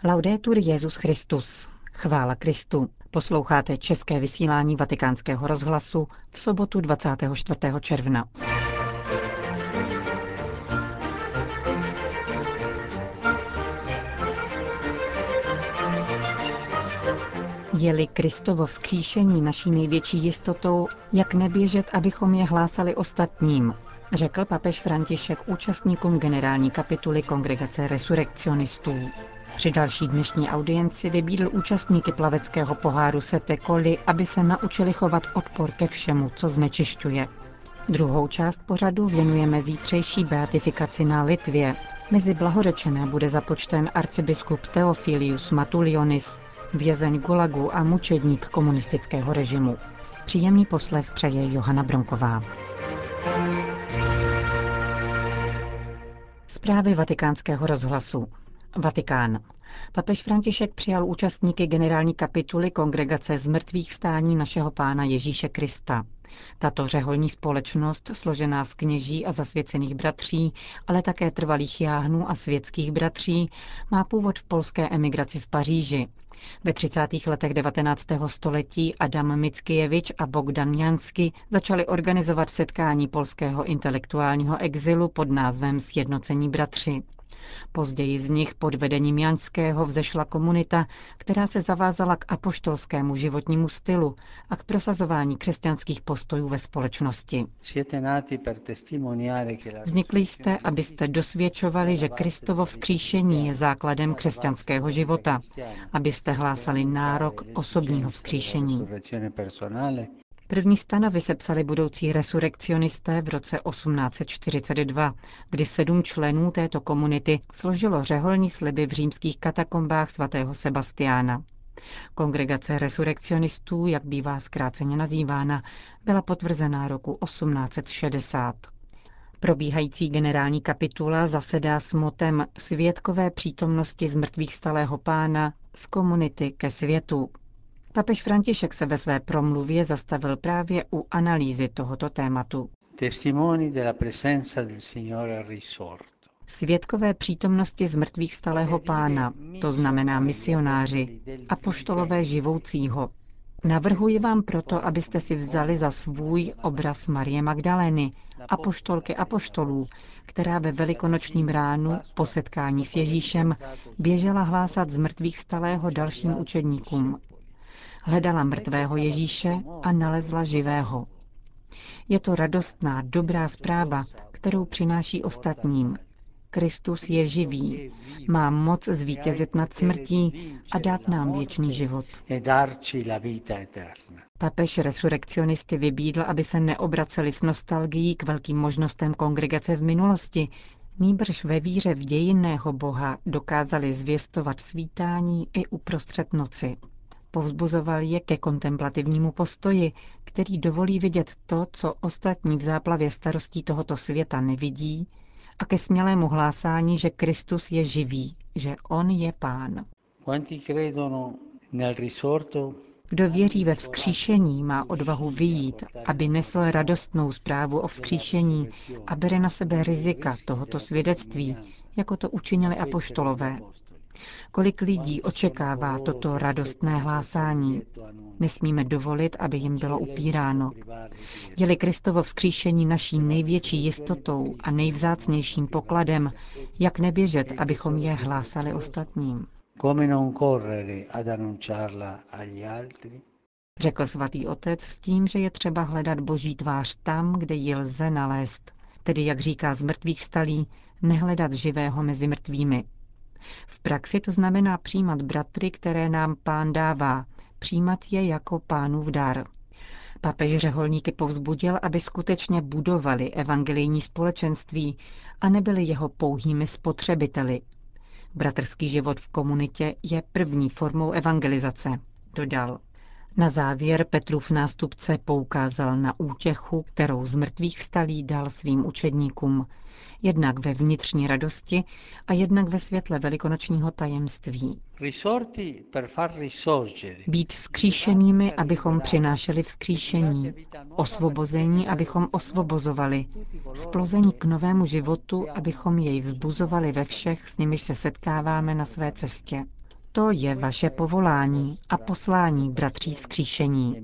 Laudetur Jesus Christus. Chvála Kristu. Posloucháte české vysílání Vatikánského rozhlasu v sobotu 24. června. Je-li Kristovo vzkříšení naší největší jistotou, jak neběžet, abychom je hlásali ostatním, řekl papež František účastníkům generální kapituly Kongregace resurrekcionistů. Při další dnešní audienci vybídl účastníky plaveckého poháru Sette Colli, aby se naučili chovat odpor ke všemu, co znečišťuje. Druhou část pořadu věnujeme zítřejší beatifikaci na Litvě. Mezi blahořečené bude započten arcibiskup Theophilius Matulionis, vězeň gulagu a mučedník komunistického režimu. Příjemný poslech přeje Johana Bronková. Zprávy Vatikánského rozhlasu. Vatikán. Papež František přijal účastníky generální kapituly Kongregace zmrtvých stání našeho Pána Ježíše Krista. Tato řeholní společnost, složená z kněží a zasvěcených bratří, ale také trvalých jáhnů a světských bratří, má původ v polské emigraci v Paříži. Ve 30. letech 19. století Adam Mickiewicz a Bogdan Jansky začali organizovat setkání polského intelektuálního exilu pod názvem Sjednocení bratři. Později z nich pod vedením Jaňského vzešla komunita, která se zavázala k apoštolskému životnímu stylu a k prosazování křesťanských postojů ve společnosti. Vznikli jste, abyste dosvědčovali, že Kristovo vzkříšení je základem křesťanského života, abyste hlásali nárok osobního vzkříšení. První stanovy sepsali budoucí resurrekcionisté v roce 1842, kdy 7 členů této komunity složilo řeholní sliby v římských katakombách svatého Sebastiána. Kongregace resurrekcionistů, jak bývá zkráceně nazývána, byla potvrzená roku 1860. Probíhající generální kapitula zasedá s motem Svědkové přítomnosti zmrtvýchvstalého Pána z komunity ke světu. Papež František se ve své promluvě zastavil právě u analýzy tohoto tématu. Svědkové přítomnosti zmrtvýchvstalého Pána, to znamená misionáři, apoštolové živoucího. Navrhuji vám proto, abyste si vzali za svůj obraz Marie Magdalény, apoštolky apoštolů, která ve velikonočním ránu po setkání s Ježíšem běžela hlásat zmrtvýchvstalého dalším učedníkům. Hledala mrtvého Ježíše a nalezla živého. Je to radostná, dobrá zpráva, kterou přináší ostatním. Kristus je živý, má moc zvítězit nad smrtí a dát nám věčný život. Papež resurrekcionisty vybídl, aby se neobraceli s nostalgií k velkým možnostem kongregace v minulosti, nýbrž ve víře v dějinného Boha dokázali zvěstovat svítání i uprostřed noci. Povzbuzoval je ke kontemplativnímu postoji, který dovolí vidět to, co ostatní v záplavě starostí tohoto světa nevidí, a ke smělému hlásání, že Kristus je živý, že on je Pán. Kdo věří ve vzkříšení, má odvahu vyjít, aby nesl radostnou zprávu o vzkříšení a bere na sebe rizika tohoto svědectví, jako to učinili apoštolové. Kolik lidí očekává toto radostné hlásání? Nesmíme dovolit, aby jim bylo upíráno. Je-li Kristovo vzkříšení naší největší jistotou a nejvzácnějším pokladem, jak neběžet, abychom je hlásali ostatním? Řekl svatý otec s tím, že je třeba hledat Boží tvář tam, kde ji lze nalézt. Tedy, jak říká zmrtvýchvstalý, nehledat živého mezi mrtvými. V praxi to znamená přijímat bratry, které nám Pán dává, přijímat je jako Pánův dar. Papež řeholníky povzbudil, aby skutečně budovali evangelijní společenství a nebyli jeho pouhými spotřebiteli. Bratrský život v komunitě je první formou evangelizace, dodal. Na závěr Petrův nástupce poukázal na útěchu, kterou zmrtvýchvstalý dal svým učedníkům, jednak ve vnitřní radosti a jednak ve světle velikonočního tajemství. Být vzkříšenými, abychom přinášeli vzkříšení, osvobození, abychom osvobozovali, splození k novému životu, abychom jej vzbuzovali ve všech, s nimiž se setkáváme na své cestě. To je vaše povolání a poslání bratří vzkříšení.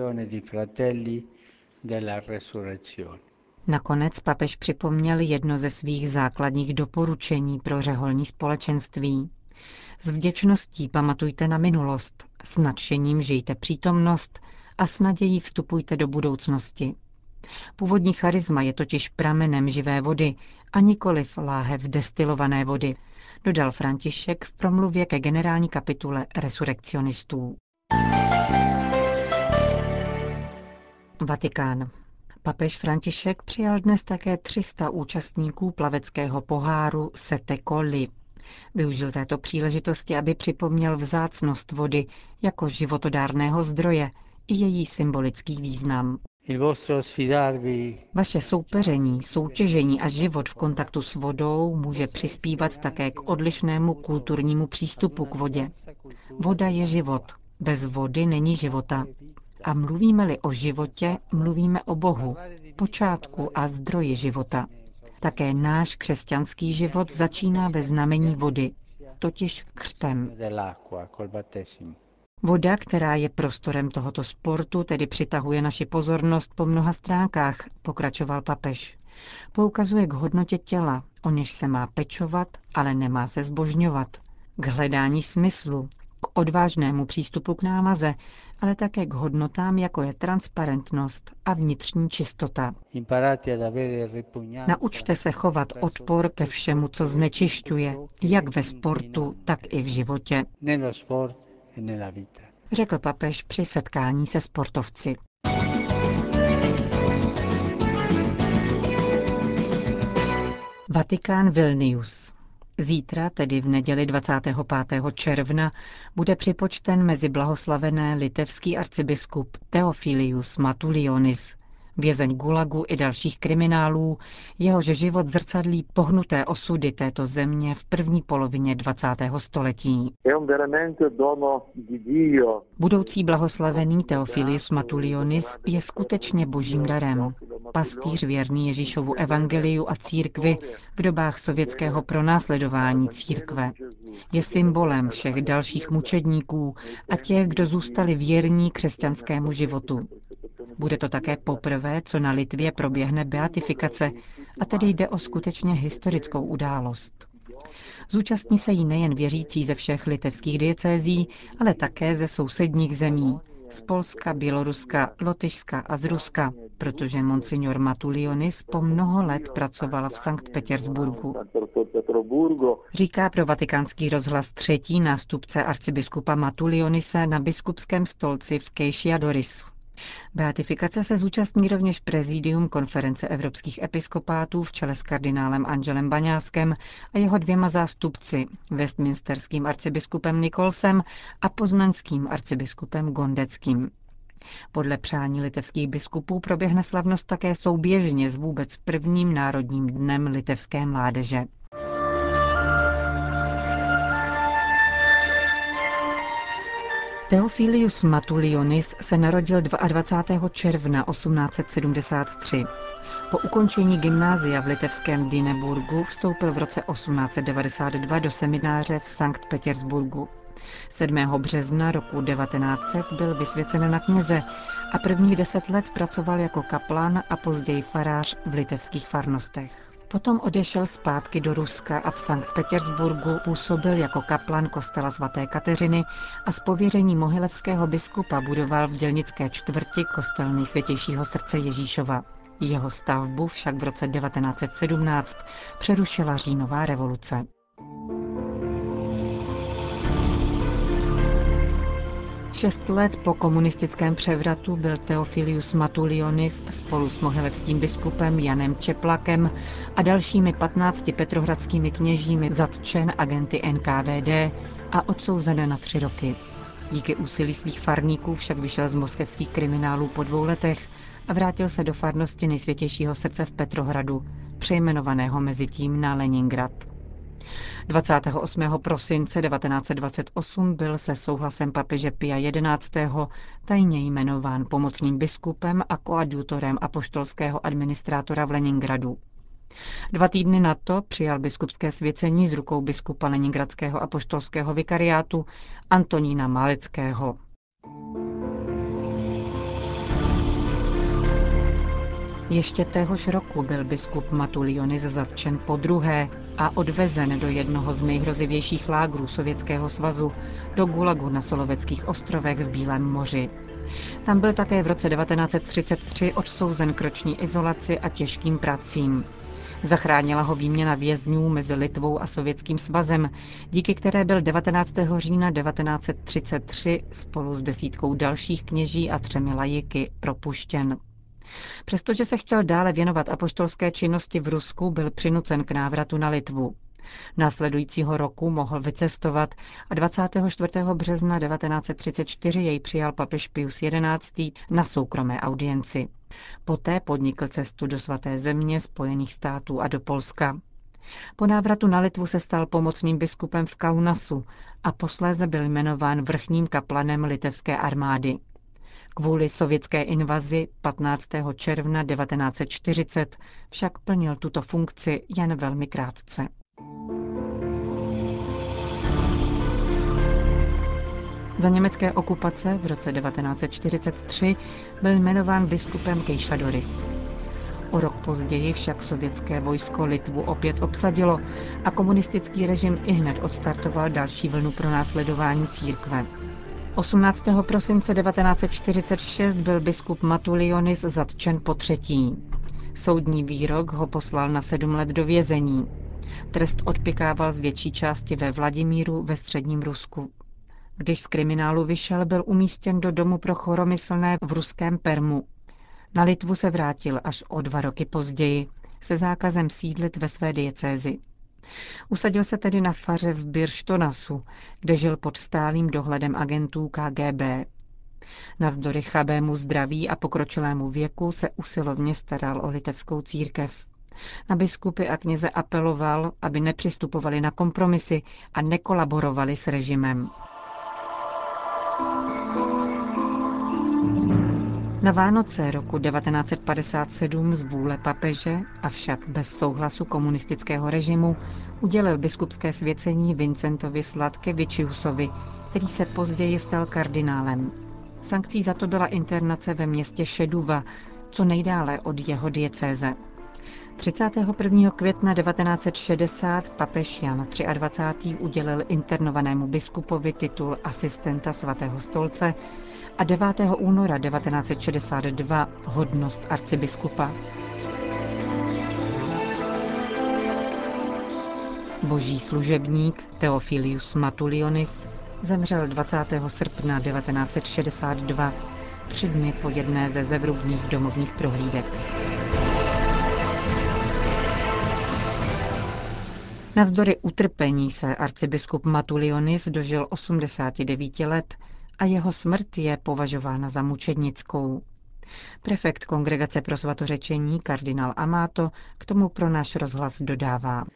Nakonec papež připomněl jedno ze svých základních doporučení pro řeholní společenství. S vděčností pamatujte na minulost, s nadšením žijte přítomnost a s nadějí vstupujte do budoucnosti. Původní charisma je totiž pramenem živé vody a nikoliv láhev destilované vody, dodal František v promluvě ke generální kapitule resurrekcionistů. Vatikán. Papež František přijal dnes také 300 účastníků plaveckého poháru Sette Colli. Využil této příležitosti, aby připomněl vzácnost vody jako životodárného zdroje i její symbolický význam. Vaše soupeření, soutěžení a život v kontaktu s vodou může přispívat také k odlišnému kulturnímu přístupu k vodě. Voda je život, bez vody není života. A mluvíme-li o životě, mluvíme o Bohu, počátku a zdroji života. Také náš křesťanský život začíná ve znamení vody, totiž křtem. Voda, která je prostorem tohoto sportu, tedy přitahuje naši pozornost po mnoha stránkách, pokračoval papež. Poukazuje k hodnotě těla, o něž se má pečovat, ale nemá se zbožňovat. K hledání smyslu, k odvážnému přístupu k námaze, ale také k hodnotám, jako je transparentnost a vnitřní čistota. Naučte se chovat odpor ke všemu, co znečišťuje, jak ve sportu, tak i v životě, řekl papež při setkání se sportovci. Vatikán Vilnius. Zítra, tedy v neděli 25. června, bude připočten mezi blahoslavené litevský arcibiskup Theophilius Matulionis, vězeň gulagu i dalších kriminálů, jehož život zrcadlí pohnuté osudy této země v první polovině 20. století. Budoucí blahoslavený Theophilius Matulionis je skutečně božím darem. Pastýř věrný Ježíšovu evangeliu a církvi v dobách sovětského pronásledování církve. Je symbolem všech dalších mučedníků a těch, kdo zůstali věrní křesťanskému životu. Bude to také poprvé, co na Litvě proběhne beatifikace, a tedy jde o skutečně historickou událost. Zúčastní se jí nejen věřící ze všech litevských diecézí, ale také ze sousedních zemí, z Polska, Běloruska, Lotyšska a z Ruska, protože monsignor Matulionis po mnoho let pracoval v Sankt Petersburgu. Říká pro Vatikánský rozhlas třetí nástupce arcibiskupa Matulionise na biskupském stolci v Kaišiadorysu. Beatifikace se zúčastní rovněž prezidium Konference evropských episkopátů v čele s kardinálem Angelem Baňáskem a jeho 2 zástupci, westminsterským arcibiskupem Nicholsem a poznaňským arcibiskupem Gondeckým. Podle přání litevských biskupů proběhne slavnost také souběžně s vůbec prvním národním dnem litevské mládeže. Theophilius Matulionis se narodil 22. června 1873. Po ukončení gymnázia v litevském Dyneburgu vstoupil v roce 1892 do semináře v Sankt Petersburgu. 7. března roku 1900 byl vysvěcen na kněze a prvních 10 let pracoval jako kaplan a později farář v litevských farnostech. Potom odešel zpátky do Ruska a v Sankt Petersburgu působil jako kaplan kostela svaté Kateřiny a z pověření mohilevského biskupa budoval v dělnické čtvrti kostel Nejsvětějšího srdce Ježíšova. Jeho stavbu však v roce 1917 přerušila říjnová revoluce. Šest let po komunistickém převratu byl Theophilius Matulionis spolu s mohilevským biskupem Janem Čeplakem a dalšími 15 petrohradskými kněžími zatčen agenty NKVD a odsouzen na 3 roky. Díky úsilí svých farníků však vyšel z moskevských kriminálů po 2 letech a vrátil se do farnosti Nejsvětějšího srdce v Petrohradu, přejmenovaného mezitím na Leningrad. 28. prosince 1928 byl se souhlasem papeže Pia XI. Tajně jmenován pomocným biskupem a koadjutorem apoštolského administrátora v Leningradu. 2 týdny na to přijal biskupské svěcení z rukou biskupa leningradského apoštolského vikariátu Antonína Maleckého. Ještě téhož roku byl biskup Matulionis zatčen podruhé a odvezen do jednoho z nejhrozivějších lágrů Sovětského svazu, do Gulagu na Soloveckých ostrovech v Bílém moři. Tam byl také v roce 1933 odsouzen k roční izolaci a těžkým pracím. Zachránila ho výměna vězňů mezi Litvou a Sovětským svazem, díky které byl 19. října 1933 spolu s desítkou dalších kněží a 3 laiky propuštěn. Přestože se chtěl dále věnovat apoštolské činnosti v Rusku, byl přinucen k návratu na Litvu. Následujícího roku mohl vycestovat a 24. března 1934 jej přijal papež Pius XI. Na soukromé audienci. Poté podnikl cestu do Svaté země, Spojených států a do Polska. Po návratu na Litvu se stal pomocným biskupem v Kaunasu a posléze byl jmenován vrchním kaplanem litevské armády. Kvůli sovětské invazi 15. června 1940 však plnil tuto funkci jen velmi krátce. Za německé okupace v roce 1943 byl jmenován biskupem Kejšadoris. O rok později však sovětské vojsko Litvu opět obsadilo a komunistický režim ihned odstartoval další vlnu pronásledování církve. 18. prosince 1946 byl biskup Matulionis zatčen potřetí. Soudní výrok ho poslal na 7 let do vězení. Trest odpykával z větší části ve Vladimíru ve středním Rusku. Když z kriminálu vyšel, byl umístěn do domu pro choromyslné v ruském Permu. Na Litvu se vrátil až o 2 roky později se zákazem sídlit ve své diecézi. Usadil se tedy na faře v Birštonasu, kde žil pod stálým dohledem agentů KGB. Navzdory chabému zdraví a pokročilému věku se usilovně staral o litevskou církev. Na biskupy a kněze apeloval, aby nepřistupovali na kompromisy a nekolaborovali s režimem. Na Vánoce roku 1957 z vůle papeže, avšak bez souhlasu komunistického režimu, udělil biskupské svěcení Vincentovi Sladkevičiusovi, který se později stal kardinálem. Sankcí za to byla internace ve městě Šeduva, co nejdále od jeho diecéze. 31. května 1960 papež Jan 23. udělil internovanému biskupovi titul asistenta svatého stolce a 9. února 1962 hodnost arcibiskupa. Boží služebník Theophilus Matulionis zemřel 20. srpna 1962, 3 dny po jedné ze zevrubných domovních prohlídek. Navzdory utrpení se arcibiskup Matulionis dožil 89 let a jeho smrt je považována za mučednickou. Prefekt Kongregace pro svatořečení kardinál Amato k tomu pro náš rozhlas dodává.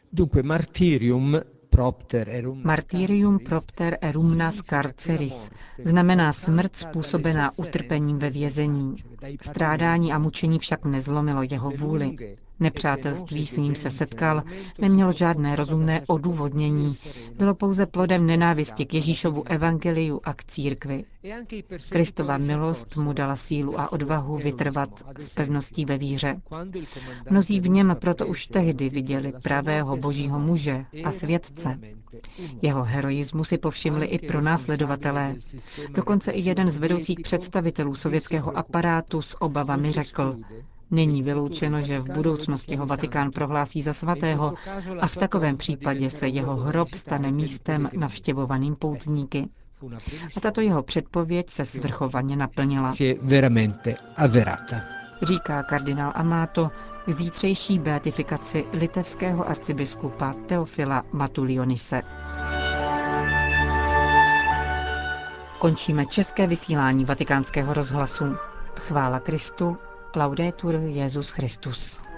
Martyrium propter erumnas carceris znamená smrt způsobená utrpením ve vězení. Strádání a mučení však nezlomilo jeho vůli. Nepřátelství, s ním se setkal, nemělo žádné rozumné odůvodnění, bylo pouze plodem nenávisti k Ježíšovu evangeliu a k církvi. Kristova milost mu dala sílu a odvahu vytrvat s pevností ve víře. Mnozí v něm proto už tehdy viděli pravého božího muže a světce. Jeho heroismu si povšimli i pronásledovatelé. Dokonce i jeden z vedoucích představitelů sovětského aparátu s obavami řekl: není vyloučeno, že v budoucnosti ho Vatikán prohlásí za svatého a v takovém případě se jeho hrob stane místem navštěvovaným poutníky. A tato jeho předpověď se svrchovaně naplnila. Říká kardinál Amato k zítřejší beatifikaci litevského arcibiskupa Theophila Matulionise. Končíme české vysílání Vatikánského rozhlasu. Chvála Kristu, laudetur Jesus Christus.